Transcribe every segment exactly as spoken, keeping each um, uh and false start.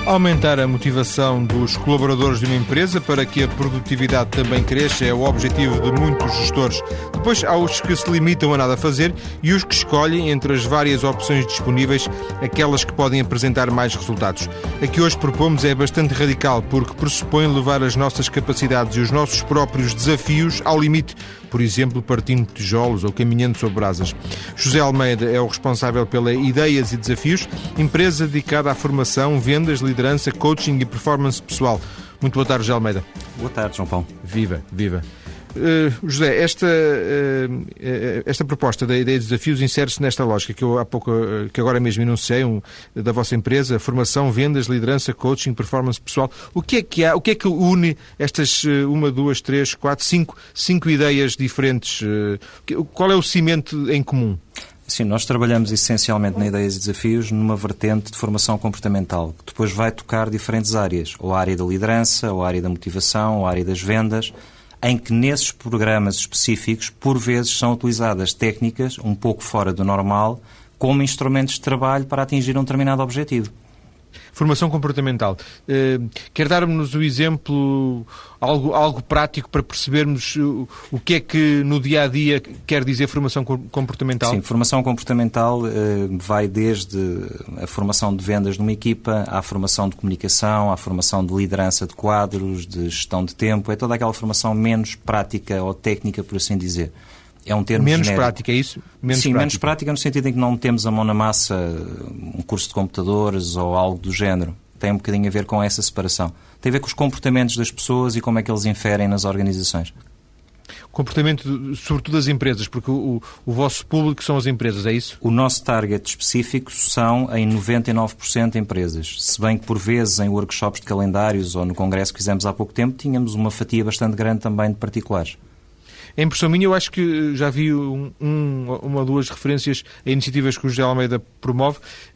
Aumentar a motivação dos colaboradores de uma empresa para que a produtividade também cresça é o objetivo de muitos gestores. Depois há os que se limitam a nada fazer e os que escolhem entre as várias opções disponíveis aquelas que podem apresentar mais resultados. A que hoje propomos é bastante radical porque pressupõe levar as nossas capacidades e os nossos próprios desafios ao limite, por exemplo, partindo de tijolos ou caminhando sobre brasas. José Almeida é o responsável pela Ideias e Desafios, empresa dedicada à formação, vendas, liderança, coaching e performance pessoal. Muito boa tarde, José Almeida. Boa tarde, João Paulo. Viva, viva. Uh, José, esta, uh, esta proposta da Ideia de Desafios insere-se nesta lógica que eu há pouco, uh, que agora mesmo enunciei, um, da vossa empresa, formação, vendas, liderança, coaching, performance pessoal. O que é que há, o que é que une estas uh, uma, duas, três, quatro, cinco, cinco ideias diferentes? Uh, qual é o cimento em comum? Sim, nós trabalhamos essencialmente na Ideias e Desafios numa vertente de formação comportamental, que depois vai tocar diferentes áreas, ou a área da liderança, ou a área da motivação, ou a área das vendas, em que nesses programas específicos, por vezes, são utilizadas técnicas um pouco fora do normal, como instrumentos de trabalho para atingir um determinado objetivo. Formação comportamental. Uh, quer dar-nos o exemplo, algo, algo prático para percebermos o, o que é que no dia-a-dia quer dizer formação comportamental? Sim, formação comportamental uh, vai desde a formação de vendas numa equipa, à formação de comunicação, à formação de liderança de quadros, de gestão de tempo, é toda aquela formação menos prática ou técnica, por assim dizer. É um termo menos genérico. Prática, é isso? Menos Sim, prática. menos prática no sentido em que não metemos a mão na massa um curso de computadores ou algo do género. Tem um bocadinho a ver com essa separação. Tem a ver com os comportamentos das pessoas e como é que eles inferem nas organizações. Comportamento, sobretudo das empresas, porque o, o vosso público são as empresas, é isso? O nosso target específico são em noventa e nove por cento empresas. Se bem que por vezes em workshops de calendários ou no congresso que fizemos há pouco tempo, tínhamos uma fatia bastante grande também de particulares. Em impressão minha, eu acho que já vi um, um, uma ou duas referências a iniciativas que o José Almeida promove.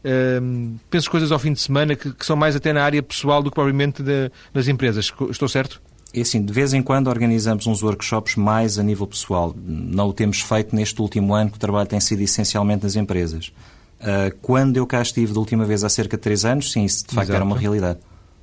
Uh, penso coisas ao fim de semana que, que são mais até na área pessoal do que propriamente de, das empresas. Estou certo? É assim, de vez em quando organizamos uns workshops mais a nível pessoal. Não o temos feito neste último ano, que o trabalho tem sido essencialmente nas empresas. Uh, quando eu cá estive da última vez há cerca de três anos, sim, isso de facto Exato. Era uma realidade.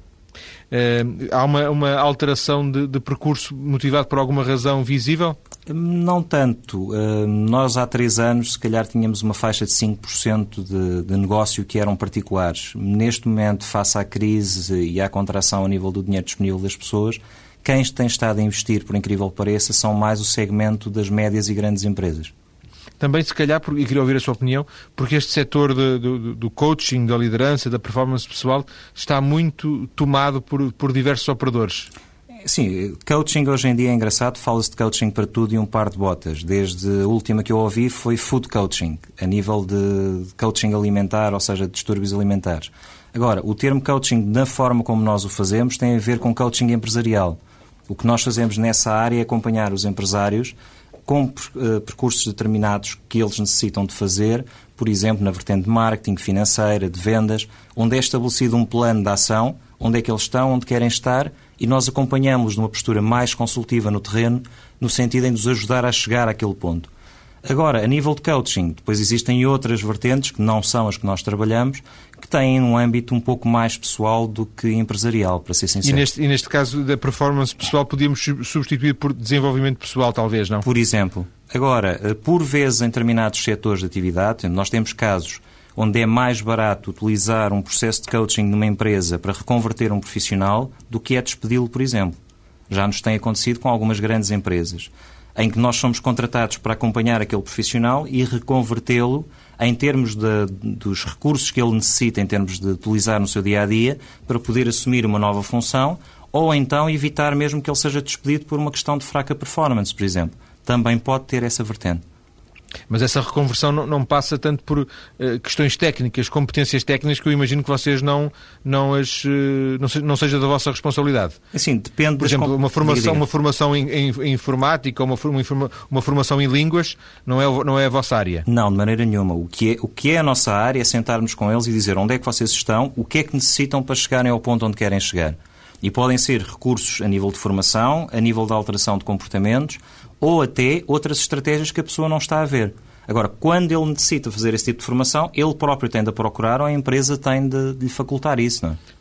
Uh, há uma, uma alteração de, de percurso motivado por alguma razão visível? Não tanto. Uh, nós há três anos, se calhar, tínhamos uma faixa de cinco por cento de, de negócio que eram particulares. Neste momento, face à crise e à contração a nível do dinheiro disponível das pessoas, quem tem estado a investir, por incrível que pareça, são mais o segmento das médias e grandes empresas. Também, se calhar, e queria ouvir a sua opinião, porque este setor de, do, do coaching, da liderança, da performance pessoal, está muito tomado por, por diversos operadores. Sim, coaching hoje em dia é engraçado, fala-se de coaching para tudo e um par de botas. Desde a última que eu ouvi foi food coaching, a nível de coaching alimentar, ou seja, de distúrbios alimentares. Agora, o termo coaching, na forma como nós o fazemos, tem a ver com coaching empresarial. O que nós fazemos nessa área é acompanhar os empresários com uh, percursos determinados que eles necessitam de fazer, por exemplo, na vertente de marketing, financeira, de vendas, onde é estabelecido um plano de ação, onde é que eles estão, onde querem estar, e nós acompanhamos numa postura mais consultiva no terreno, no sentido em nos ajudar a chegar àquele ponto. Agora, a nível de coaching, depois existem outras vertentes, que não são as que nós trabalhamos, que têm um âmbito um pouco mais pessoal do que empresarial, para ser sincero. E neste, e neste caso da performance pessoal, podíamos substituir por desenvolvimento pessoal, talvez, não? Por exemplo. Agora, por vezes, em determinados setores de atividade, nós temos casos onde é mais barato utilizar um processo de coaching numa empresa para reconverter um profissional do que é despedi-lo, por exemplo. Já nos tem acontecido com algumas grandes empresas, em que nós somos contratados para acompanhar aquele profissional e reconvertê-lo em termos de, dos recursos que ele necessita, em termos de utilizar no seu dia-a-dia, para poder assumir uma nova função, ou então evitar mesmo que ele seja despedido por uma questão de fraca performance, por exemplo. Também pode ter essa vertente. Mas essa reconversão não, não passa tanto por uh, questões técnicas, competências técnicas, que eu imagino que vocês não, não, as, uh, não, se, não seja da vossa responsabilidade. Assim, depende. Por exemplo, uma formação, diga, diga. uma formação em, em, em informática ou uma, uma, uma formação em línguas não é, não é a vossa área? Não, de maneira nenhuma. O que, é, o que é a nossa área é sentarmos com eles e dizer onde é que vocês estão, o que é que necessitam para chegarem ao ponto onde querem chegar. E podem ser recursos a nível de formação, a nível de alteração de comportamentos, ou até outras estratégias que a pessoa não está a ver. Agora, quando ele necessita fazer esse tipo de formação, ele próprio tem de a procurar ou a empresa tem de, de lhe facultar isso, não é?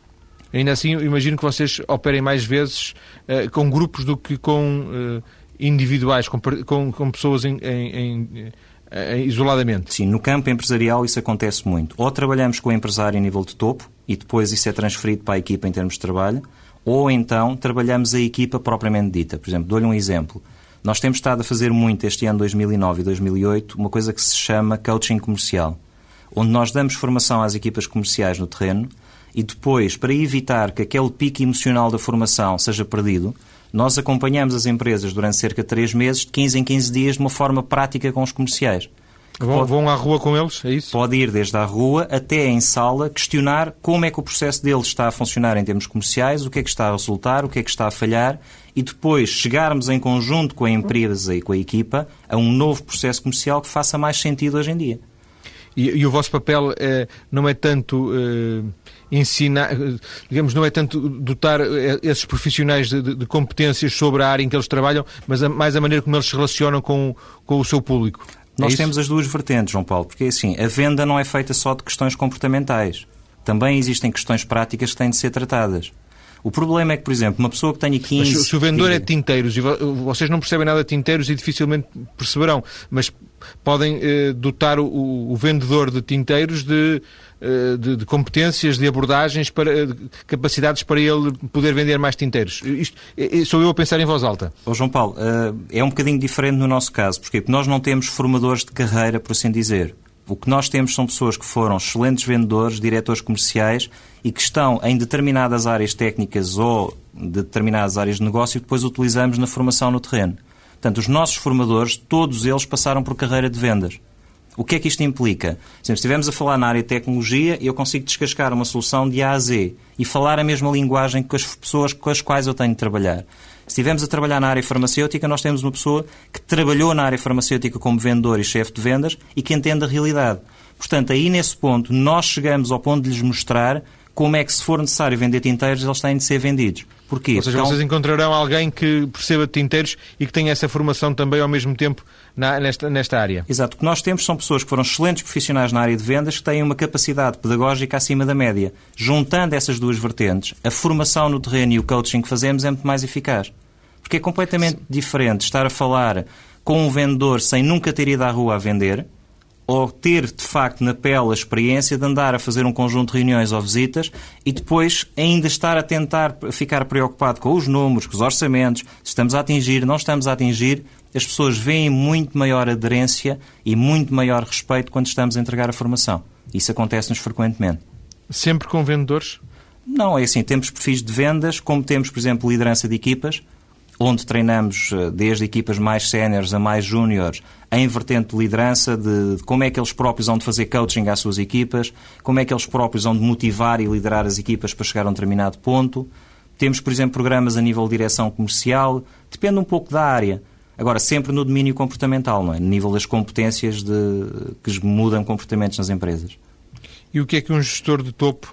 Ainda assim, eu imagino que vocês operem mais vezes uh, com grupos do que com uh, individuais, com, com, com pessoas em, em, em, em, isoladamente. Sim, no campo empresarial isso acontece muito. Ou trabalhamos com o empresário em nível de topo e depois isso é transferido para a equipa em termos de trabalho, ou então trabalhamos a equipa propriamente dita. Por exemplo, dou-lhe um exemplo. Nós temos estado a fazer muito este ano dois mil e nove e dois mil e oito uma coisa que se chama coaching comercial, onde nós damos formação às equipas comerciais no terreno e depois, para evitar que aquele pico emocional da formação seja perdido, nós acompanhamos as empresas durante cerca de três meses, de quinze em quinze dias, de uma forma prática com os comerciais. Vão, pode, vão à rua com eles, é isso? Pode ir desde à rua até em sala, questionar como é que o processo deles está a funcionar em termos comerciais, o que é que está a resultar, o que é que está a falhar, e depois chegarmos em conjunto com a empresa e com a equipa a um novo processo comercial que faça mais sentido hoje em dia. E, e o vosso papel é, não é tanto eh, ensinar, digamos, não é tanto dotar esses profissionais de, de, de competências sobre a área em que eles trabalham, mas a, mais a maneira como eles se relacionam com, com o seu público. Nós é temos as duas vertentes, João Paulo, porque assim, a venda não é feita só de questões comportamentais. Também existem questões práticas que têm de ser tratadas. O problema é que, por exemplo, uma pessoa que tenha quinze... Mas se o vendedor é de tinteiros, e vocês não percebem nada de tinteiros e dificilmente perceberão, mas podem eh, dotar o, o vendedor de tinteiros de, eh, de, de competências, de abordagens, para, de capacidades para ele poder vender mais tinteiros. Isto, eh, sou eu a pensar em voz alta. Ô João Paulo, uh, é um bocadinho diferente no nosso caso, porque nós não temos formadores de carreira, por assim dizer. O que nós temos são pessoas que foram excelentes vendedores, diretores comerciais e que estão em determinadas áreas técnicas ou de determinadas áreas de negócio e depois utilizamos na formação no terreno. Portanto, os nossos formadores, todos eles passaram por carreira de vendas. O que é que isto implica? Se estivermos a falar na área de tecnologia, eu consigo descascar uma solução de A a Z e falar a mesma linguagem que as pessoas com as quais eu tenho de trabalhar. Se estivermos a trabalhar na área farmacêutica, nós temos uma pessoa que trabalhou na área farmacêutica como vendedor e chefe de vendas e que entende a realidade. Portanto, aí nesse ponto, nós chegamos ao ponto de lhes mostrar como é que, se for necessário vender tinteiros, eles têm de ser vendidos. Porquê? Ou seja, Porque vocês encontrarão alguém que perceba de tinteiros e que tenha essa formação também ao mesmo tempo na, nesta, nesta área. Exato. O que nós temos são pessoas que foram excelentes profissionais na área de vendas que têm uma capacidade pedagógica acima da média. Juntando essas duas vertentes, a formação no terreno e o coaching que fazemos é muito mais eficaz. Porque é completamente Sim. diferente estar a falar com um vendedor sem nunca ter ido à rua a vender, ou ter, de facto, na pele a experiência de andar a fazer um conjunto de reuniões ou visitas e depois ainda estar a tentar ficar preocupado com os números, com os orçamentos, se estamos a atingir, não estamos a atingir. As pessoas veem muito maior aderência e muito maior respeito quando estamos a entregar a formação. Isso acontece-nos frequentemente. Sempre com vendedores? Não, é assim, temos perfis de vendas, como temos, por exemplo, liderança de equipas, onde treinamos desde equipas mais séniores a mais júniores em vertente de liderança, de, de como é que eles próprios vão de fazer coaching às suas equipas, como é que eles próprios vão de motivar e liderar as equipas para chegar a um determinado ponto. Temos, por exemplo, programas a nível de direção comercial, depende um pouco da área. Agora, sempre no domínio comportamental, não é? No nível das competências de, que mudam comportamentos nas empresas. E o que é que um gestor de topo,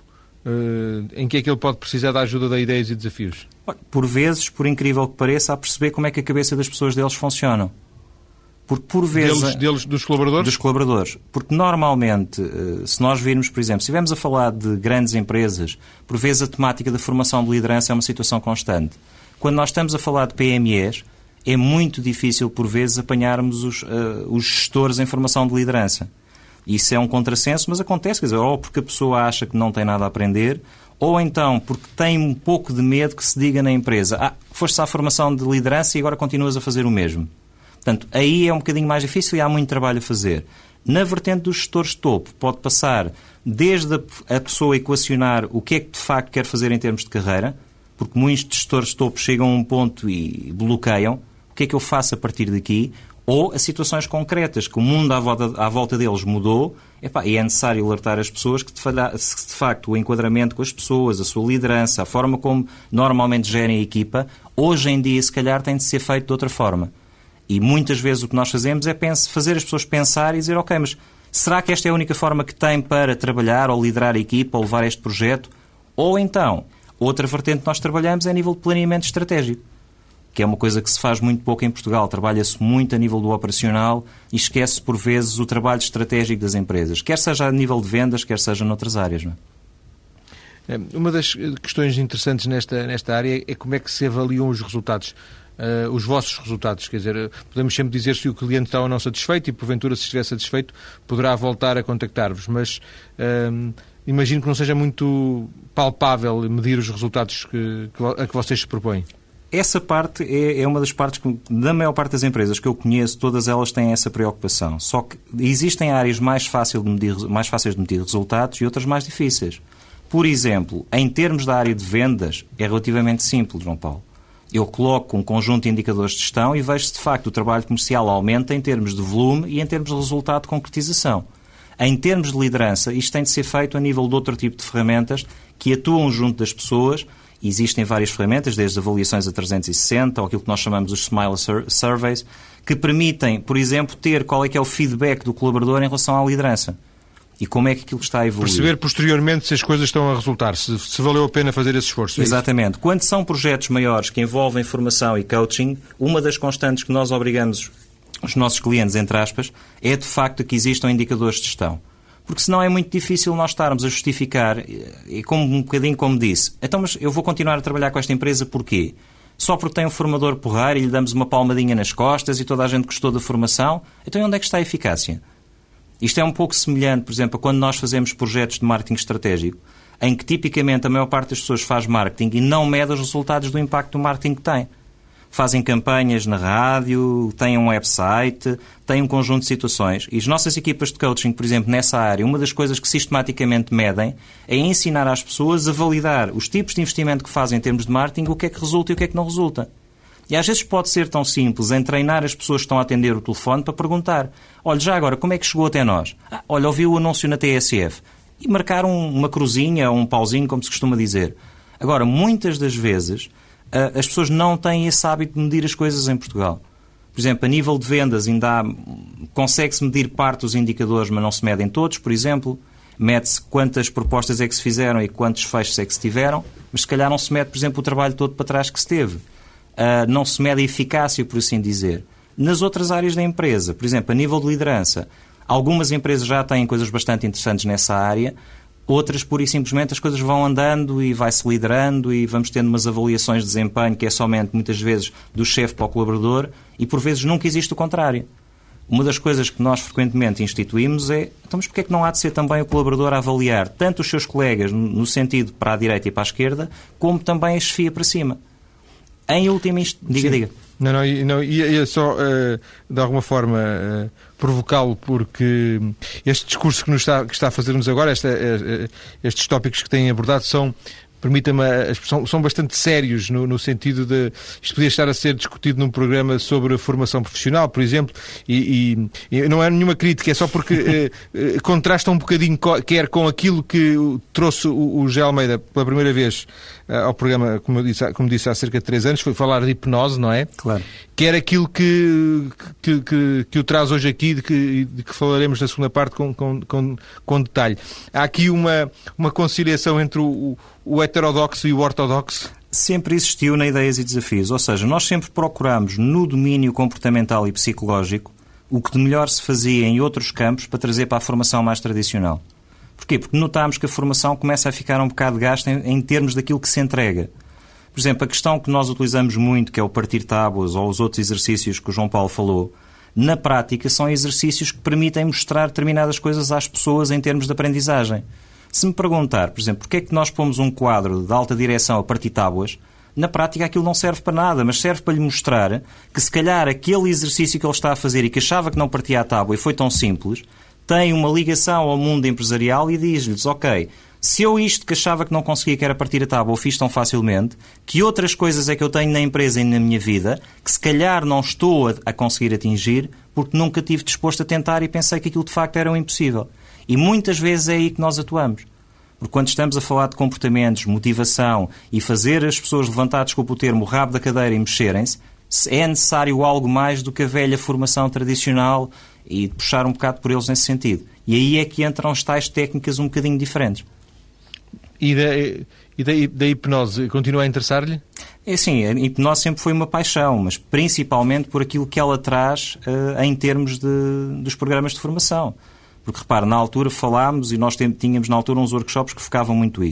uh, em que é que ele pode precisar da ajuda de ideias e desafios? Por vezes, por incrível que pareça, a perceber como é que a cabeça das pessoas deles funcionam. Porque por vezes... Deles, deles, dos colaboradores? Dos colaboradores. Porque normalmente, se nós virmos, por exemplo, se estivermos a falar de grandes empresas, por vezes a temática da formação de liderança é uma situação constante. Quando nós estamos a falar de P M Es, é muito difícil, por vezes, apanharmos os, uh, os gestores em formação de liderança. Isso é um contrassenso, mas acontece, quer dizer, ou porque a pessoa acha que não tem nada a aprender, ou então porque tem um pouco de medo que se diga na empresa: ah, foste à formação de liderança e agora continuas a fazer o mesmo. Portanto, aí é um bocadinho mais difícil e há muito trabalho a fazer. Na vertente dos gestores de topo, pode passar desde a pessoa equacionar o que é que de facto quer fazer em termos de carreira, porque muitos gestores de topo chegam a um ponto e bloqueiam. O que é que eu faço a partir daqui? Ou a situações concretas, que o mundo à volta, à volta deles mudou, epá, e é necessário alertar as pessoas que, de, de facto, o enquadramento com as pessoas, a sua liderança, a forma como normalmente gerem a equipa, hoje em dia, se calhar, tem de ser feito de outra forma. E muitas vezes o que nós fazemos é pense, fazer as pessoas pensar e dizer: ok, mas será que esta é a única forma que tem para trabalhar ou liderar a equipa ou levar este projeto? Ou então, outra vertente que nós trabalhamos é a nível de planeamento estratégico, que é uma coisa que se faz muito pouco em Portugal. Trabalha-se muito a nível do operacional e esquece, por vezes, o trabalho estratégico das empresas, quer seja a nível de vendas, quer seja noutras áreas. Não Uma das questões interessantes nesta, nesta área é como é que se avaliam os resultados. Uh, os vossos resultados, quer dizer, podemos sempre dizer se o cliente está ou não satisfeito e, porventura, se estiver satisfeito, poderá voltar a contactar-vos, mas uh, imagino que não seja muito palpável medir os resultados que, que, a que vocês se propõem. Essa parte é, é uma das partes que, da maior parte das empresas que eu conheço, todas elas têm essa preocupação. Só que existem áreas mais, fácil de medir, mais fáceis de medir resultados e outras mais difíceis. Por exemplo, em termos da área de vendas, é relativamente simples, João Paulo. Eu coloco um conjunto de indicadores de gestão e vejo se, de facto, o trabalho comercial aumenta em termos de volume e em termos de resultado de concretização. Em termos de liderança, isto tem de ser feito a nível de outro tipo de ferramentas que atuam junto das pessoas. Existem várias ferramentas, desde avaliações a trezentos e sessenta ou aquilo que nós chamamos os Smile Surveys, que permitem, por exemplo, ter qual é que é o feedback do colaborador em relação à liderança. E como é que aquilo está a evoluir. Perceber posteriormente se as coisas estão a resultar, se, se valeu a pena fazer esse esforço. É Exatamente. Isso? Quando são projetos maiores que envolvem formação e coaching, uma das constantes que nós obrigamos os nossos clientes, entre aspas, é de facto que existam indicadores de gestão. Porque senão é muito difícil nós estarmos a justificar, e como um bocadinho como disse, então mas eu vou continuar a trabalhar com esta empresa porquê? Só porque tem um formador porreiro e lhe damos uma palmadinha nas costas e toda a gente gostou da formação? Então onde é que está a eficácia? Isto é um pouco semelhante, por exemplo, a quando nós fazemos projetos de marketing estratégico, em que tipicamente a maior parte das pessoas faz marketing e não mede os resultados do impacto do marketing que tem. Fazem campanhas na rádio, têm um website, têm um conjunto de situações. E as nossas equipas de coaching, por exemplo, nessa área, uma das coisas que sistematicamente medem é ensinar às pessoas a validar os tipos de investimento que fazem em termos de marketing, o que é que resulta e o que é que não resulta. E às vezes pode ser tão simples em treinar as pessoas que estão a atender o telefone para perguntar: olha, já agora, como é que chegou até nós? Ah, olha, ouviu o anúncio na T S F. E marcar um, uma cruzinha ou um pauzinho, como se costuma dizer. Agora, muitas das vezes, as pessoas não têm esse hábito de medir as coisas em Portugal. Por exemplo, a nível de vendas, ainda há, consegue-se medir parte dos indicadores, mas não se medem todos, por exemplo. Mede-se quantas propostas é que se fizeram e quantos fechos é que se tiveram, mas se calhar não se mede, por exemplo, o trabalho todo para trás que se teve. Uh, não se mede a eficácia, por assim dizer. Nas outras áreas da empresa, por exemplo, a nível de liderança, algumas empresas já têm coisas bastante interessantes nessa área, outras, pura e simplesmente, as coisas vão andando e vai-se liderando e vamos tendo umas avaliações de desempenho que é somente, muitas vezes, do chefe para o colaborador e, por vezes, nunca existe o contrário. Uma das coisas que nós frequentemente instituímos é, então, mas porque é que não há de ser também o colaborador a avaliar tanto os seus colegas, no sentido para a direita e para a esquerda, como também a chefia para cima? Em última instância... Diga, Sim. diga. Não, não, não ia só, uh, de alguma forma, uh, provocá-lo, porque este discurso que, nos está, que está a fazer-nos agora, esta, uh, estes tópicos que têm abordado, são, permita-me a expressão, são bastante sérios no, no sentido de isto podia estar a ser discutido num programa sobre formação profissional, por exemplo, e, e, e não é nenhuma crítica, é só porque uh, uh, contrasta um bocadinho co- quer com aquilo que trouxe o, o José Almeida pela primeira vez uh, ao programa, como, eu disse, como disse há cerca de três anos, foi falar de hipnose, não é? Claro. Quer aquilo que, que, que, que o traz hoje aqui, de que, de que falaremos na segunda parte com, com, com, com detalhe. Há aqui uma, uma conciliação entre o, o heterodoxo e o ortodoxo? Sempre existiu na Ideias e Desafios. Ou seja, nós sempre procuramos no domínio comportamental e psicológico o que de melhor se fazia em outros campos para trazer para a formação mais tradicional. Porquê? Porque notámos que a formação começa a ficar um bocado gasta em, em termos daquilo que se entrega. Por exemplo, a questão que nós utilizamos muito, que é o partir tábuas ou os outros exercícios que o João Paulo falou, na prática são exercícios que permitem mostrar determinadas coisas às pessoas em termos de aprendizagem. Se me perguntar, por exemplo, porque é que nós pomos um quadro de alta direção a partir tábuas, na prática aquilo não serve para nada, mas serve para lhe mostrar que se calhar aquele exercício que ele está a fazer e que achava que não partia à tábua e foi tão simples, tem uma ligação ao mundo empresarial e diz-lhes, ok, se eu isto que achava que não conseguia, que era partir a tábua, o fiz tão facilmente, que outras coisas é que eu tenho na empresa e na minha vida, que se calhar não estou a, a conseguir atingir, porque nunca estive disposto a tentar e pensei que aquilo de facto era um impossível. E muitas vezes é aí que nós atuamos. Porque quando estamos a falar de comportamentos, motivação e fazer as pessoas levantar, desculpa o termo, o rabo da cadeira e mexerem-se, é necessário algo mais do que a velha formação tradicional e puxar um bocado por eles nesse sentido. E aí é que entram as tais técnicas um bocadinho diferentes. E da, e da, da hipnose, continua a interessar-lhe? É assim, a hipnose sempre foi uma paixão, mas principalmente por aquilo que ela traz uh, em termos de, dos programas de formação. Porque, repare, na altura falámos e nós tínhamos na altura uns workshops que focavam muito isso.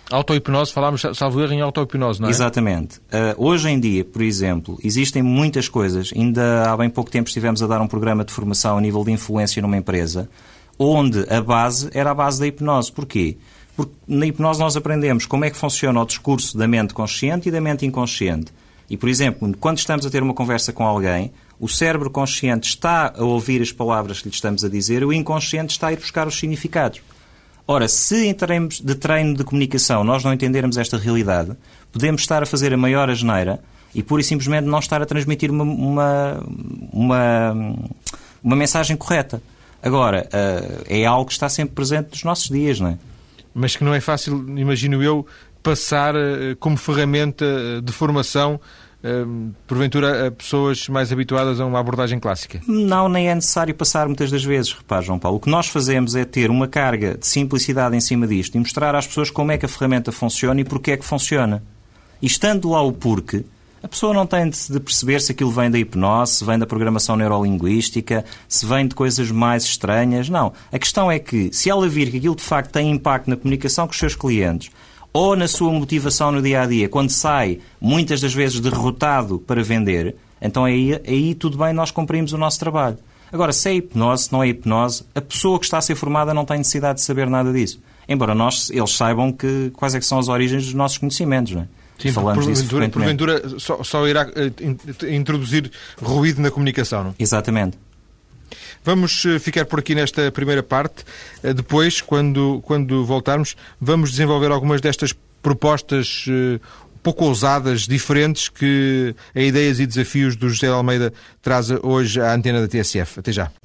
Auto-hipnose, falámos, salvo erro, em auto-hipnose, não é? Exatamente. Uh, hoje em dia, por exemplo, existem muitas coisas. Ainda há bem pouco tempo estivemos a dar um programa de formação a nível de influência numa empresa, onde a base era a base da hipnose. Porquê? Porque na hipnose nós aprendemos como é que funciona o discurso da mente consciente e da mente inconsciente. E, por exemplo, quando estamos a ter uma conversa com alguém, o cérebro consciente está a ouvir as palavras que lhe estamos a dizer e o inconsciente está a ir buscar os significados. Ora, se em termos de treino de comunicação nós não entendermos esta realidade, podemos estar a fazer a maior asneira e pura e simplesmente não estar a transmitir uma, uma, uma, uma mensagem correta. Agora, é algo que está sempre presente nos nossos dias, não é? Mas que não é fácil, imagino eu, passar como ferramenta de formação, porventura, a pessoas mais habituadas a uma abordagem clássica? Não, nem é necessário passar muitas das vezes, repare, João Paulo. O que nós fazemos é ter uma carga de simplicidade em cima disto e mostrar às pessoas como é que a ferramenta funciona e porque é que funciona. E estando lá o porquê, a pessoa não tem de perceber se aquilo vem da hipnose, se vem da programação neurolinguística, se vem de coisas mais estranhas. Não. A questão é que, se ela vir que aquilo de facto tem impacto na comunicação com os seus clientes ou na sua motivação no dia-a-dia, quando sai, muitas das vezes, derrotado para vender, então aí, aí tudo bem, nós cumprimos o nosse trabalho. Agora, se é hipnose, se não é hipnose, a pessoa que está a ser formada não tem necessidade de saber nada disso. Embora nós, eles saibam que, quais é que são as origens dos nossos conhecimentos, não é? Sim, porventura, porventura só, só irá uh, introduzir ruído na comunicação, não? Exatamente. Vamos ficar por aqui nesta primeira parte. Depois, quando, quando voltarmos, vamos desenvolver algumas destas propostas uh, pouco ousadas, diferentes, que a Ideias e Desafios do José Almeida traz hoje à antena da T S F. Até já.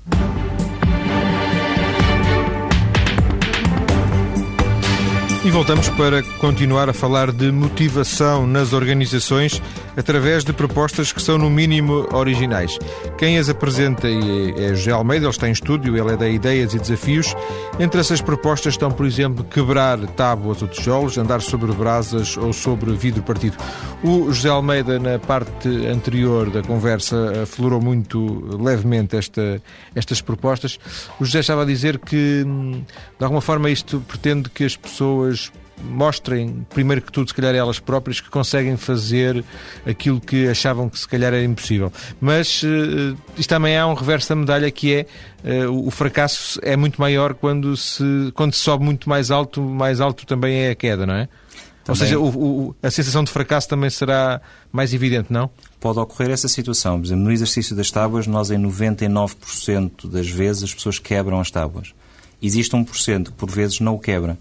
E voltamos para continuar a falar de motivação nas organizações através de propostas que são, no mínimo, originais. Quem as apresenta é José Almeida, ele está em estúdio, ele é da Ideias e Desafios. Entre essas propostas estão, por exemplo, quebrar tábuas ou tijolos, andar sobre brasas ou sobre vidro partido. O José Almeida, na parte anterior da conversa, aflorou muito levemente esta, estas propostas. O José estava a dizer que, de alguma forma, isto pretende que as pessoas mostrem, primeiro que tudo, se calhar elas próprias, que conseguem fazer aquilo que achavam que se calhar era impossível. Mas uh, isto também há um reverso da medalha, que é uh, o fracasso é muito maior quando se, quando se sobe muito mais alto, mais alto também é a queda, não é? Também. Ou seja, o, o, a sensação de fracasso também será mais evidente, não? Pode ocorrer essa situação. Por exemplo, no exercício das tábuas, nós em noventa e nove por cento das vezes as pessoas quebram as tábuas. Existe um por cento que por vezes não o quebra.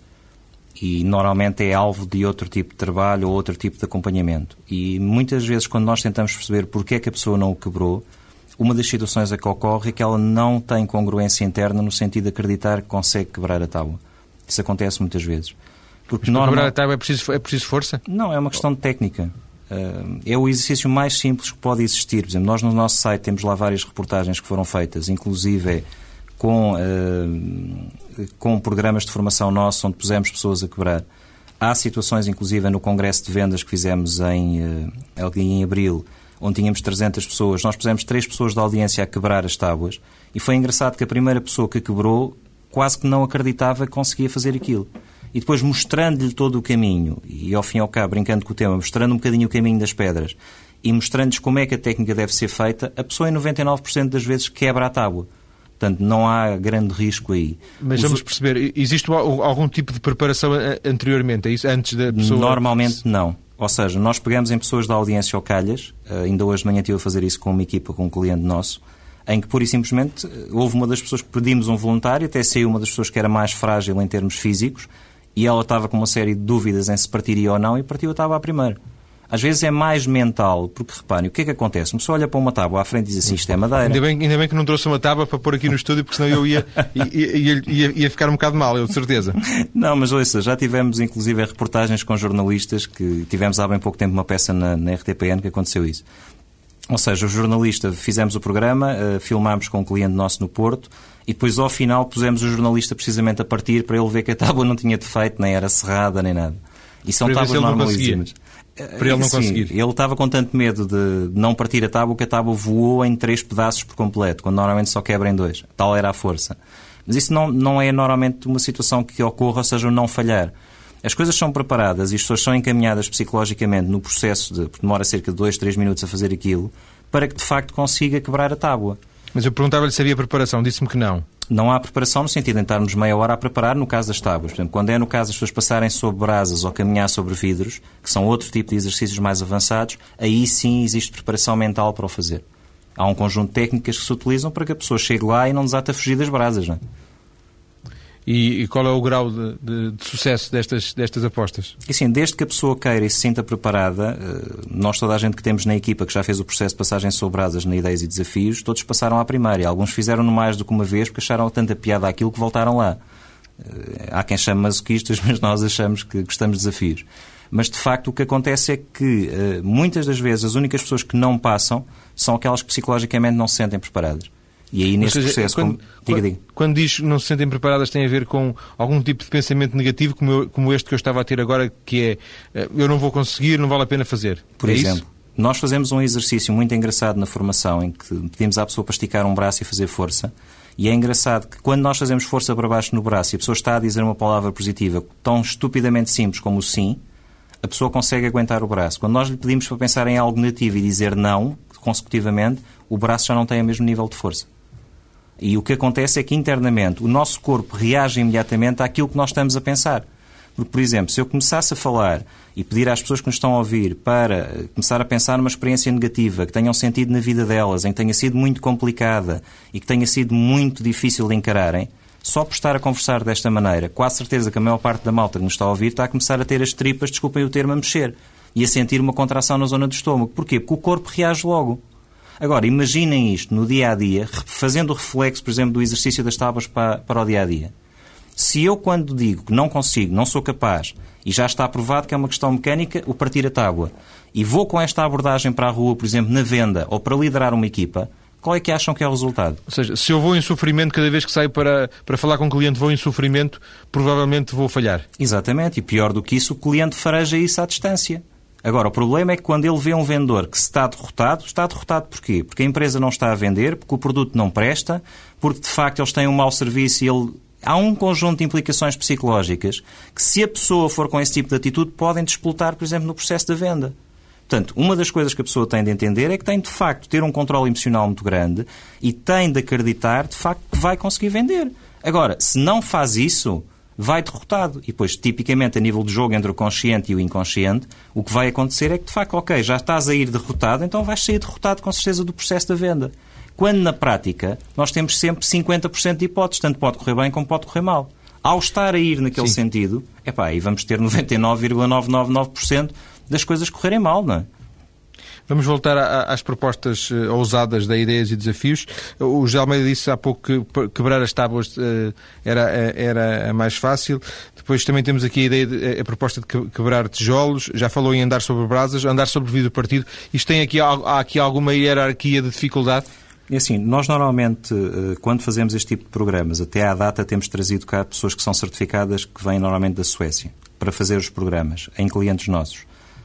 E normalmente é alvo de outro tipo de trabalho ou outro tipo de acompanhamento. E muitas vezes, quando nós tentamos perceber porque é que a pessoa não o quebrou, uma das situações a que ocorre é que ela não tem congruência interna no sentido de acreditar que consegue quebrar a tábua. Isso acontece muitas vezes. Porque normal... quebrar a tábua é preciso, é preciso força? Não, é uma questão de técnica. É o exercício mais simples que pode existir. Por exemplo, nós no nosso site temos lá várias reportagens que foram feitas, inclusive com, uh, com programas de formação nossos, onde pusemos pessoas a quebrar. Há situações, inclusive, no congresso de vendas que fizemos em, uh, em abril, onde tínhamos trezentas pessoas. Nós pusemos três pessoas da audiência a quebrar as tábuas e foi engraçado que a primeira pessoa que quebrou quase que não acreditava que conseguia fazer aquilo. E depois, mostrando-lhe todo o caminho, e ao fim e ao cabo, brincando com o tema, mostrando um bocadinho o caminho das pedras e mostrando-lhes como é que a técnica deve ser feita, a pessoa em noventa e nove por cento das vezes quebra a tábua. Portanto, não há grande risco aí. Mas vamos perceber, existe algum tipo de preparação anteriormente a isso, antes da pessoa... Normalmente não. Ou seja, nós pegamos em pessoas da audiência ao calhas, ainda hoje de manhã estive a fazer isso com uma equipa, com um cliente nosso, em que pura e simplesmente houve uma das pessoas que pedimos um voluntário, até saiu uma das pessoas que era mais frágil em termos físicos, e ela estava com uma série de dúvidas em se partiria ou não, e partiu a tábua à primeira. Às vezes é mais mental, porque reparem, o que é que acontece? Uma pessoa olha para uma tábua à frente e diz assim, isto é madeira. Ainda bem, ainda bem que não trouxe uma tábua para pôr aqui no estúdio, porque senão eu ia, ia, ia, ia, ia ficar um bocado mal, eu de certeza. Não, mas ouça, já tivemos inclusive reportagens com jornalistas, que tivemos há bem pouco tempo uma peça na, na R T P N que aconteceu isso. Ou seja, o jornalista, fizemos o programa, uh, filmámos com um cliente nosso no Porto e depois ao final pusemos o jornalista precisamente a partir para ele ver que a tábua não tinha defeito, nem era cerrada, nem nada. E são tábuas normalíssimas. Para ele não Sim, conseguir. Ele estava com tanto medo de não partir a tábua que a tábua voou em três pedaços por completo, quando normalmente só quebra em dois. Tal era a força. Mas isso não, não é normalmente uma situação que ocorra, ou seja, o não falhar. As coisas são preparadas e as pessoas são encaminhadas psicologicamente no processo de, porque demora cerca de dois, três minutos a fazer aquilo, para que de facto consiga quebrar a tábua. Mas eu perguntava-lhe se havia preparação, disse-me que não. Não há preparação no sentido de estarmos meia hora a preparar no caso das tábuas. Por exemplo, quando é no caso das pessoas passarem sobre brasas ou caminhar sobre vidros, que são outro tipo de exercícios mais avançados, aí sim existe preparação mental para o fazer. Há um conjunto de técnicas que se utilizam para que a pessoa chegue lá e não desate a fugir das brasas, não é? E, e qual é o grau de, de, de sucesso destas, destas apostas? E sim, desde que a pessoa queira e se sinta preparada, nós, toda a gente que temos na equipa que já fez o processo de passagem sobre brasas na Ideias e Desafios, todos passaram à primeira. Alguns fizeram-no mais do que uma vez porque acharam tanta piada àquilo que voltaram lá. Há quem chame masoquistas, mas nós achamos que gostamos de desafios. Mas, de facto, o que acontece é que, muitas das vezes, as únicas pessoas que não passam são aquelas que psicologicamente não se sentem preparadas. E aí, nesse seja, processo... Quando, como... diga, diga. Quando diz que não se sentem preparadas, tem a ver com algum tipo de pensamento negativo, como, eu, como este que eu estava a ter agora, que é eu não vou conseguir, não vale a pena fazer. Por é exemplo, isso? Nós fazemos um exercício muito engraçado na formação, em que pedimos à pessoa para esticar um braço e fazer força. E é engraçado que quando nós fazemos força para baixo no braço e a pessoa está a dizer uma palavra positiva tão estupidamente simples como o sim, a pessoa consegue aguentar o braço. Quando nós lhe pedimos para pensar em algo negativo e dizer não, consecutivamente, o braço já não tem o mesmo nível de força. E o que acontece é que, internamente, o nosso corpo reage imediatamente àquilo que nós estamos a pensar. Porque, por exemplo, se eu começasse a falar e pedir às pessoas que nos estão a ouvir para começar a pensar numa experiência negativa que tenham sentido na vida delas, em que tenha sido muito complicada e que tenha sido muito difícil de encararem, só por estar a conversar desta maneira, quase certeza que a maior parte da malta que nos está a ouvir está a começar a ter as tripas, desculpem o termo, a mexer e a sentir uma contração na zona do estômago. Porquê? Porque o corpo reage logo. Agora, imaginem isto no dia-a-dia, fazendo o reflexo, por exemplo, do exercício das tábuas para, para o dia-a-dia. Se eu, quando digo que não consigo, não sou capaz, e já está provado que é uma questão mecânica, o partir a tábua, e vou com esta abordagem para a rua, por exemplo, na venda, ou para liderar uma equipa, qual é que acham que é o resultado? Ou seja, se eu vou em sofrimento, cada vez que saio para, para falar com o cliente, vou em sofrimento, provavelmente vou falhar. Exatamente, e pior do que isso, o cliente fareja isso à distância. Agora, o problema é que quando ele vê um vendedor que se está derrotado, está derrotado porquê? Porque a empresa não está a vender, porque o produto não presta, porque de facto eles têm um mau serviço e ele... Há um conjunto de implicações psicológicas que, se a pessoa for com esse tipo de atitude, podem despoltar, por exemplo, no processo da venda. Portanto, uma das coisas que a pessoa tem de entender é que tem de facto de ter um controle emocional muito grande e tem de acreditar de facto que vai conseguir vender. Agora, se não faz isso, vai derrotado. E depois, tipicamente, a nível de jogo entre o consciente e o inconsciente, o que vai acontecer é que, de facto, ok, já estás a ir derrotado, então vais sair derrotado com certeza do processo da venda. Quando, na prática, nós temos sempre cinquenta por cento de hipóteses, tanto pode correr bem como pode correr mal. Ao estar a ir naquele Sim. sentido, epá, aí vamos ter noventa e nove vírgula novecentos e noventa e nove por cento das coisas correrem mal, não é? Vamos voltar às propostas uh, ousadas da Ideias e Desafios. O José Almeida disse há pouco que quebrar as tábuas uh, era, era a mais fácil. Depois também temos aqui a, ideia de, a proposta de quebrar tijolos. Já falou em andar sobre brasas, andar sobre vidro partido. Isto tem aqui, há aqui alguma hierarquia de dificuldade? É assim, nós normalmente, quando fazemos este tipo de programas, até à data temos trazido cá pessoas que são certificadas, que vêm normalmente da Suécia, para fazer os programas, em clientes nossos.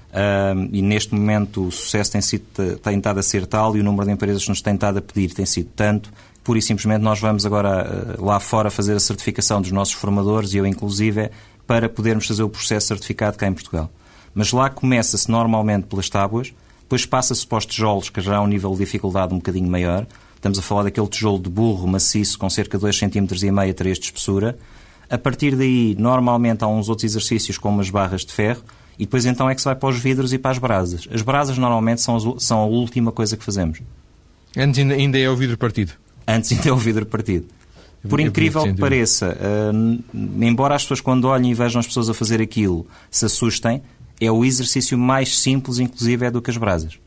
Uh, e neste momento o sucesso tem, sido, tem estado a ser tal e o número de empresas que nos tem estado a pedir tem sido tanto, pura e simplesmente nós vamos agora uh, lá fora fazer a certificação dos nossos formadores, e eu inclusive, para podermos fazer o processo certificado cá em Portugal. Mas lá começa-se normalmente pelas tábuas, depois passa-se para os tijolos, que já há um nível de dificuldade um bocadinho maior. Estamos a falar daquele tijolo de burro maciço com cerca de dois vírgula cinco centímetros, três de espessura. A partir daí, normalmente há uns outros exercícios como as barras de ferro, e depois então é que se vai para os vidros e para as brasas. As brasas normalmente são, as, são a última coisa que fazemos. Antes ainda, ainda é o vidro partido? Antes ainda é o vidro partido. Por incrível que pareça, uh, embora as pessoas quando olhem e vejam as pessoas a fazer aquilo se assustem, é o exercício mais simples, inclusive, é do que as brasas.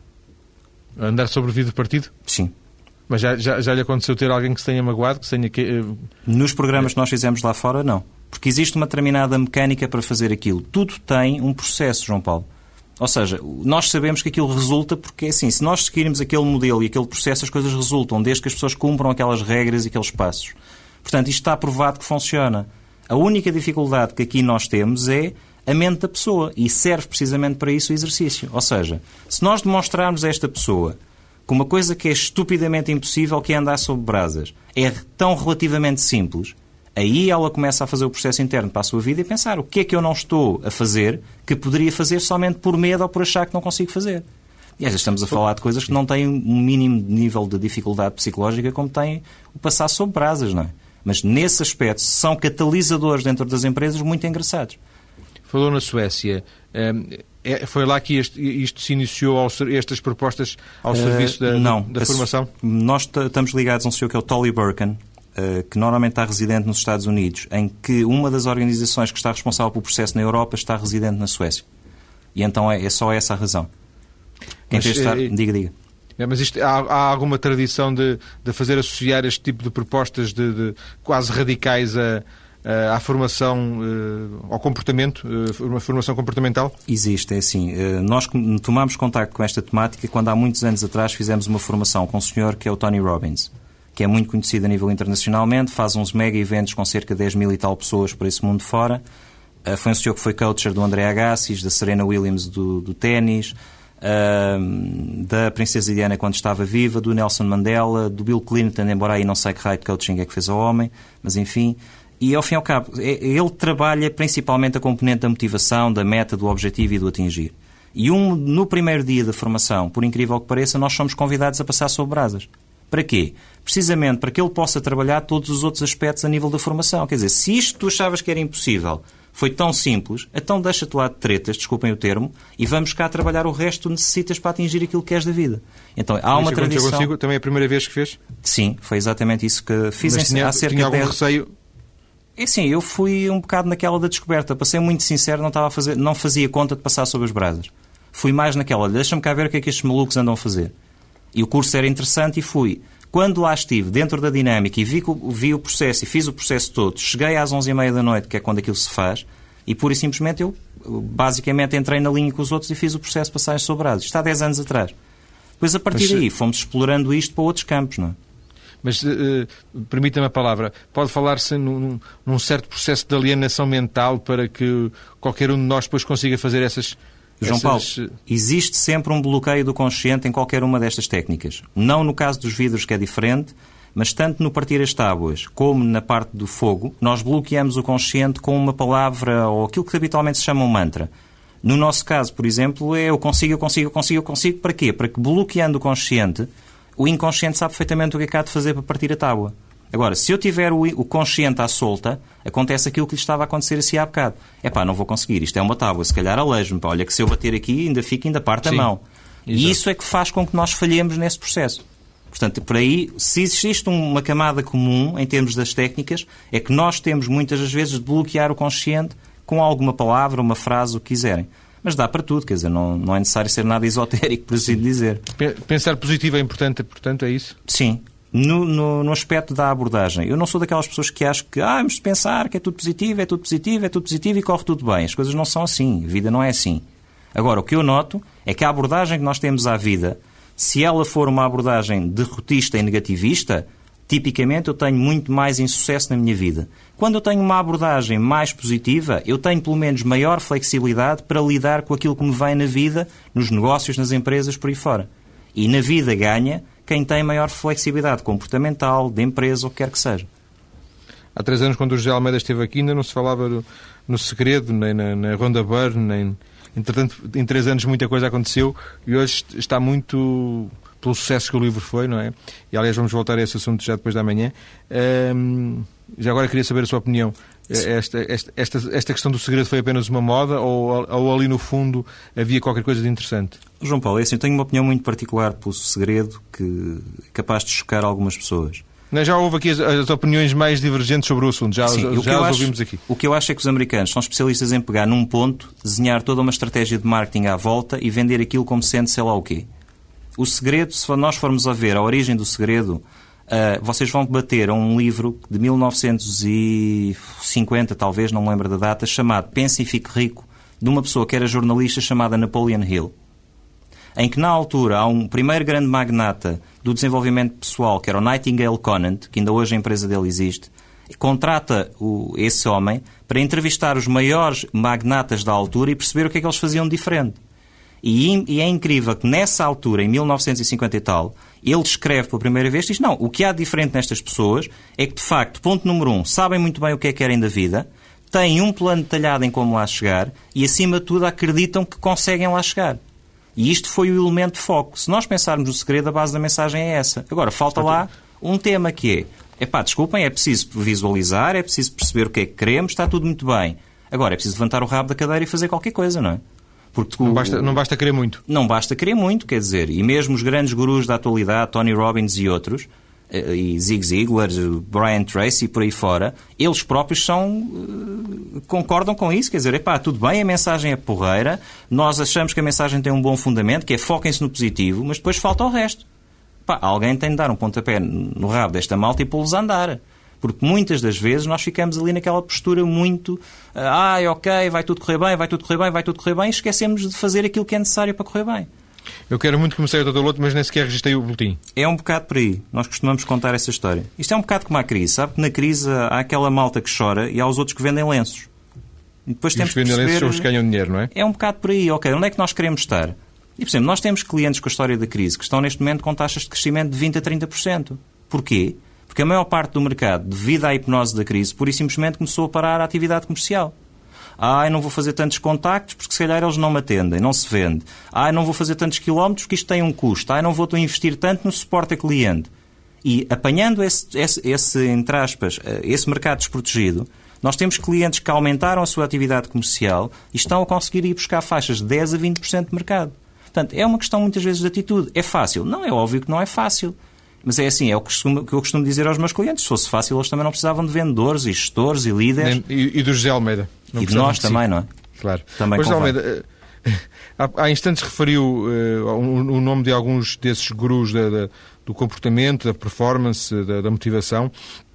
Andar sobre o vidro partido? Sim. Mas já, já, já lhe aconteceu ter alguém que se tenha magoado? Que se tenha que... Nos programas que nós fizemos lá fora, não. Porque existe uma determinada mecânica para fazer aquilo. Tudo tem um processo, João Paulo. Ou seja, nós sabemos que aquilo resulta porque, assim, se nós seguirmos aquele modelo e aquele processo, as coisas resultam, desde que as pessoas cumpram aquelas regras e aqueles passos. Portanto, isto está provado que funciona. A única dificuldade que aqui nós temos é a mente da pessoa, e serve precisamente para isso o exercício. Ou seja, se nós demonstrarmos a esta pessoa que uma coisa que é estupidamente impossível, que é andar sobre brasas, é tão relativamente simples, Aí ela começa a fazer o processo interno para a sua vida e pensar o que é que eu não estou a fazer que poderia fazer somente por medo ou por achar que não consigo fazer. E às vezes estamos a falar de coisas que não têm um mínimo nível de dificuldade psicológica como tem o passar sob brasas, não é? Mas nesse aspecto são catalisadores dentro das empresas muito engraçados. Falou na Suécia. É, foi lá que este, isto se iniciou, ao, estas propostas ao serviço da, uh, não, da, da formação? Nós t- estamos ligados a um senhor que é o Tolly Burken, uh, que normalmente está residente nos Estados Unidos, em que uma das organizações que está responsável pelo processo na Europa está residente na Suécia. E então é, é só essa a razão. Quem Mas, fez estar... é, Diga, diga. É, mas isto, há, há alguma tradição de, de fazer associar este tipo de propostas de, de quase radicais a... à formação, ao comportamento, uma formação comportamental? Existe, é assim. Nós tomámos contacto com esta temática quando há muitos anos atrás fizemos uma formação com um senhor que é o Tony Robbins, que é muito conhecido a nível internacionalmente, faz uns mega eventos com cerca de dez mil e tal pessoas por esse mundo fora. Foi um senhor que foi coacher do André Agassi, da Serena Williams do, do ténis, da Princesa Diana quando estava viva, do Nelson Mandela, do Bill Clinton, embora aí não sei que raio de coaching é que fez ao homem, mas enfim... E, ao fim e ao cabo, ele trabalha principalmente a componente da motivação, da meta, do objetivo e do atingir. E um, no primeiro dia da formação, por incrível que pareça, nós somos convidados a passar sobre brasas. Para quê? Precisamente para que ele possa trabalhar todos os outros aspectos a nível da formação. Quer dizer, se isto tu achavas que era impossível, foi tão simples, então deixa-te lá de tretas, desculpem o termo, e vamos cá trabalhar o resto que necessitas para atingir aquilo que queres da vida. Então, há uma tradição... Consigo, também é a primeira vez que fez? Sim, foi exatamente isso que fiz. Mas tinha, há cerca tinha algum de dez... receio... É sim, eu fui um bocado naquela da descoberta. Para ser muito sincero, não, estava a fazer, não fazia conta de passar sobre as brasas. Fui mais naquela, deixa-me cá ver o que é que estes malucos andam a fazer. E o curso era interessante e fui. Quando lá estive, dentro da dinâmica, e vi, vi o processo e fiz o processo todo, cheguei às onze e meia da noite, que é quando aquilo se faz, e pura e simplesmente eu, basicamente, entrei na linha com os outros e fiz o processo de passagem sobre brasas. Isto há dez anos atrás. Depois, a partir Mas, daí, fomos explorando isto para outros campos, não é? Mas, uh, permita-me a palavra, pode falar-se num, num certo processo de alienação mental para que qualquer um de nós depois consiga fazer essas... João essas... Paulo, existe sempre um bloqueio do consciente em qualquer uma destas técnicas. Não no caso dos vidros, que é diferente, mas tanto no partir as tábuas como na parte do fogo, nós bloqueamos o consciente com uma palavra ou aquilo que habitualmente se chama um mantra. No nosso caso, por exemplo, é eu consigo, eu consigo, eu consigo, eu consigo. Para quê? Para que, bloqueando o consciente, o inconsciente sabe perfeitamente o que é que há de fazer para partir a tábua. Agora, se eu tiver o, o consciente à solta, acontece aquilo que lhe estava a acontecer assim há bocado. É pá, não vou conseguir, isto é uma tábua, se calhar alejo-me. Olha que se eu bater aqui, ainda fica, ainda parte a mão. Exato. E isso é que faz com que nós falhemos nesse processo. Portanto, por aí, se existe uma camada comum em termos das técnicas, é que nós temos muitas das vezes de bloquear o consciente com alguma palavra, uma frase, o que quiserem. Mas dá para tudo, quer dizer, não, não é necessário ser nada esotérico, por assim dizer. Pensar positivo é importante, portanto, é isso? Sim. No, no, no aspecto da abordagem. Eu não sou daquelas pessoas que acham que ah, vamos de pensar que é tudo positivo, é tudo positivo, é tudo positivo e corre tudo bem. As coisas não são assim. A vida não é assim. Agora, o que eu noto é que a abordagem que nós temos à vida, se ela for uma abordagem derrotista e negativista, tipicamente eu tenho muito mais insucesso na minha vida. Quando eu tenho uma abordagem mais positiva, eu tenho pelo menos maior flexibilidade para lidar com aquilo que me vem na vida, nos negócios, nas empresas, por aí fora. E na vida ganha quem tem maior flexibilidade comportamental, de empresa, o que quer que seja. Há três anos, quando o José Almeida esteve aqui, ainda não se falava no, no segredo, nem na, na Ronda Burn, nem... Entretanto, em três anos muita coisa aconteceu e hoje está muito pelo sucesso que o livro foi, não é? E, aliás, vamos voltar a esse assunto já depois da manhã. Hum, já agora queria saber a sua opinião. Esta, esta, esta, esta questão do segredo foi apenas uma moda ou, ou ali no fundo havia qualquer coisa de interessante? João Paulo, é assim, eu tenho uma opinião muito particular pelo segredo que é capaz de chocar algumas pessoas. Não, já houve aqui as, as opiniões mais divergentes sobre o assunto, já, Sim, já as acho, ouvimos aqui. O que eu acho é que os americanos são especialistas em pegar num ponto, desenhar toda uma estratégia de marketing à volta e vender aquilo como sendo sei lá o quê. O segredo, se nós formos a ver a origem do segredo, uh, vocês vão bater a um livro de mil novecentos e cinquenta, talvez, não me lembro da data, chamado Pense e Fique Rico, de uma pessoa que era jornalista chamada Napoleon Hill, em que na altura há um primeiro grande magnata do desenvolvimento pessoal, que era o Nightingale Conant, que ainda hoje a empresa dele existe, contrata o, esse homem para entrevistar os maiores magnatas da altura e perceber o que é que eles faziam de diferente. E, e é incrível que nessa altura, em mil novecentos e cinquenta e tal, ele escreve pela primeira vez e diz, não, o que há de diferente nestas pessoas é que, de facto, ponto número um, sabem muito bem o que é que querem da vida, têm um plano detalhado em como lá chegar e, acima de tudo, acreditam que conseguem lá chegar. E isto foi o elemento de foco. Se nós pensarmos no segredo, a base da mensagem é essa. Agora, falta lá um tema que é, epá, desculpem, é preciso visualizar, é preciso perceber o que é que queremos, está tudo muito bem. Agora, é preciso levantar o rabo da cadeira e fazer qualquer coisa, não é? Porque tu, não, basta, não basta querer muito. Não basta querer muito, quer dizer, e mesmo os grandes gurus da atualidade, Tony Robbins e outros, e Zig Ziglar, Brian Tracy e por aí fora, eles próprios são, uh, concordam com isso, quer dizer, epá, tudo bem, a mensagem é porreira, nós achamos que a mensagem tem um bom fundamento, que é foquem-se no positivo, mas depois falta o resto. Epá, alguém tem de dar um pontapé no rabo desta malta e pô-los a andar. Porque muitas das vezes nós ficamos ali naquela postura muito ah, ok, vai tudo correr bem, vai tudo correr bem, vai tudo correr bem, e esquecemos de fazer aquilo que é necessário para correr bem. Eu quero muito começar o doutor Loto, mas nem sequer registrei o boletim. É um bocado por aí. Nós costumamos contar essa história. Isto é um bocado como a crise. Sabe que na crise há aquela malta que chora e há os outros que vendem lenços. E depois e temos os que vendem que perceber... lenços são os que ganham dinheiro, não é? É um bocado por aí. Ok, onde é que nós queremos estar? E, por exemplo, nós temos clientes com a história da crise que estão neste momento com taxas de crescimento de vinte a trinta por cento. Porquê? Porque a maior parte do mercado, devido à hipnose da crise, pura e simplesmente começou a parar a atividade comercial. Ah, eu não vou fazer tantos contactos porque se calhar eles não me atendem, não se vende. Ah, eu não vou fazer tantos quilómetros porque isto tem um custo. Ah, eu não vou investir tanto no suporte a cliente. E apanhando esse, esse, esse, entre aspas, esse mercado desprotegido, nós temos clientes que aumentaram a sua atividade comercial e estão a conseguir ir buscar faixas de dez a vinte por cento de mercado. Portanto, é uma questão muitas vezes de atitude. É fácil? Não, é óbvio que não é fácil. Mas é assim, é o que eu costumo dizer aos meus clientes. Se fosse fácil, eles também não precisavam de vendedores e gestores e líderes. Nem, e, e do José Almeida. Não e de nós de também, não é? Claro. Também José Almeida, há, há instantes referiu uh, o, o nome de alguns desses gurus da, da, do comportamento, da performance, da, da motivação.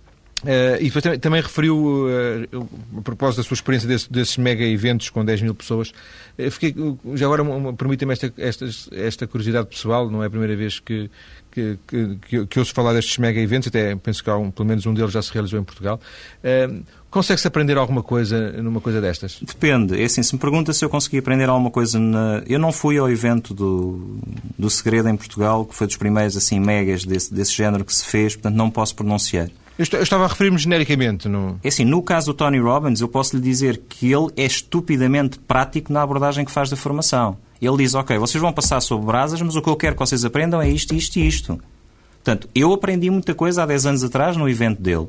Uh, e depois também, também referiu, uh, a propósito da sua experiência desse, desses mega eventos com dez mil pessoas, uh, fiquei, já agora permita-me esta, esta, esta curiosidade pessoal, não é a primeira vez que, que, que, que ouço falar destes mega eventos, até penso que há um, pelo menos um deles já se realizou em Portugal. Uh, Consegue-se aprender alguma coisa numa coisa destas? Depende. É assim, se me pergunta se eu consegui aprender alguma coisa... Na... Eu não fui ao evento do, do Segredo em Portugal, que foi dos primeiros assim, megas desse, desse género que se fez, portanto não posso pronunciar. Eu estava a referir-me genericamente. No... É assim, no caso do Tony Robbins, eu posso lhe dizer que ele é estupidamente prático na abordagem que faz da formação. Ele diz, ok, vocês vão passar sobre brasas, mas o que eu quero que vocês aprendam é isto, isto e isto. Portanto, eu aprendi muita coisa há dez anos atrás no evento dele.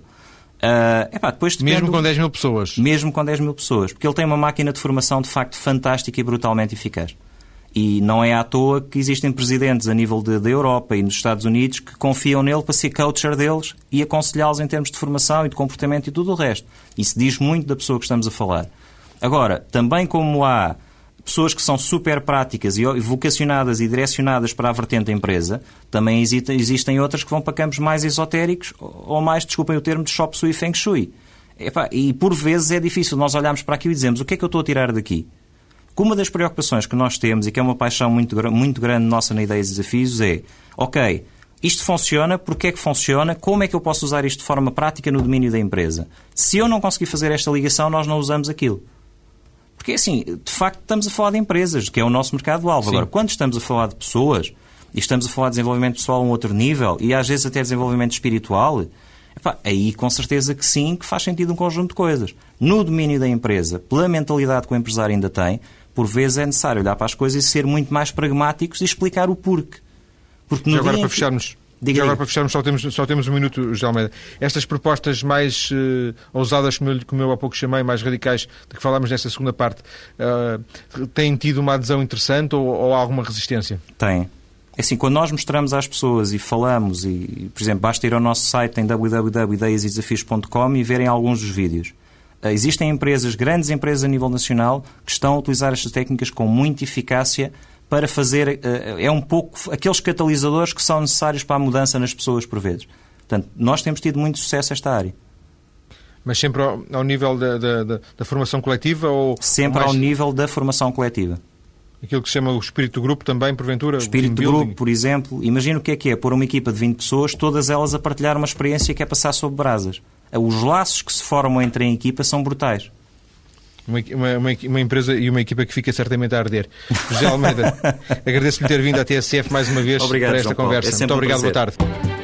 Uh, epá, depois mesmo com dez mil pessoas? Mesmo com dez mil pessoas. Porque ele tem uma máquina de formação, de facto, fantástica e brutalmente eficaz. E não é à toa que existem presidentes a nível da Europa e nos Estados Unidos que confiam nele para ser coacher deles e aconselhá-los em termos de formação e de comportamento e tudo o resto. Isso diz muito da pessoa que estamos a falar. Agora, também como há pessoas que são super práticas e vocacionadas e direcionadas para a vertente da empresa, também existem outras que vão para campos mais esotéricos ou mais, desculpem o termo, de Chop Suey Feng Shui. Epá, e por vezes é difícil nós olharmos para aquilo e dizemos o que é que eu estou a tirar daqui? Porque uma das preocupações que nós temos e que é uma paixão muito, muito grande nossa na Ideias e Desafios é, ok, isto funciona, porque é que funciona, como é que eu posso usar isto de forma prática no domínio da empresa? Se eu não conseguir fazer esta ligação, nós não usamos aquilo. Porque, assim, de facto, estamos a falar de empresas, que é o nosso mercado-alvo. Agora, quando estamos a falar de pessoas, e estamos a falar de desenvolvimento pessoal a um outro nível, e às vezes até desenvolvimento espiritual, epá, aí com certeza que sim, que faz sentido um conjunto de coisas. No domínio da empresa, pela mentalidade que o empresário ainda tem, por vezes é necessário olhar para as coisas e ser muito mais pragmáticos e explicar o porquê. Porque no Já agora, dia para fecharmos... Diga, Já agora, diga. para fecharmos, só temos, só temos um minuto, José Almeida. Estas propostas mais uh, ousadas, como eu, como eu há pouco chamei, mais radicais, de que falámos nesta segunda parte, uh, têm tido uma adesão interessante ou, ou há alguma resistência? Tem. É assim, quando nós mostramos às pessoas e falamos, e, por exemplo, basta ir ao nosso site em w w w ponto ideias e desafios ponto com e verem alguns dos vídeos. Uh, existem empresas, grandes empresas a nível nacional, que estão a utilizar estas técnicas com muita eficácia para fazer, é um pouco aqueles catalisadores que são necessários para a mudança nas pessoas por vezes. Portanto, nós temos tido muito sucesso nesta área. Mas sempre ao, ao nível da, da, da, da formação coletiva? Ou sempre mais... ao nível da formação coletiva. Aquilo que se chama o espírito de grupo também, porventura? O espírito de grupo, por exemplo. Imagina o que é que é pôr uma equipa de vinte pessoas, todas elas a partilhar uma experiência que é passar sob brasas. Os laços que se formam entre a equipa são brutais. Uma, uma, uma empresa e uma equipa que fica certamente a arder. José Almeida, agradeço-lhe ter vindo à T S F mais uma vez. Obrigado, para esta conversa. É Muito obrigado, um boa tarde.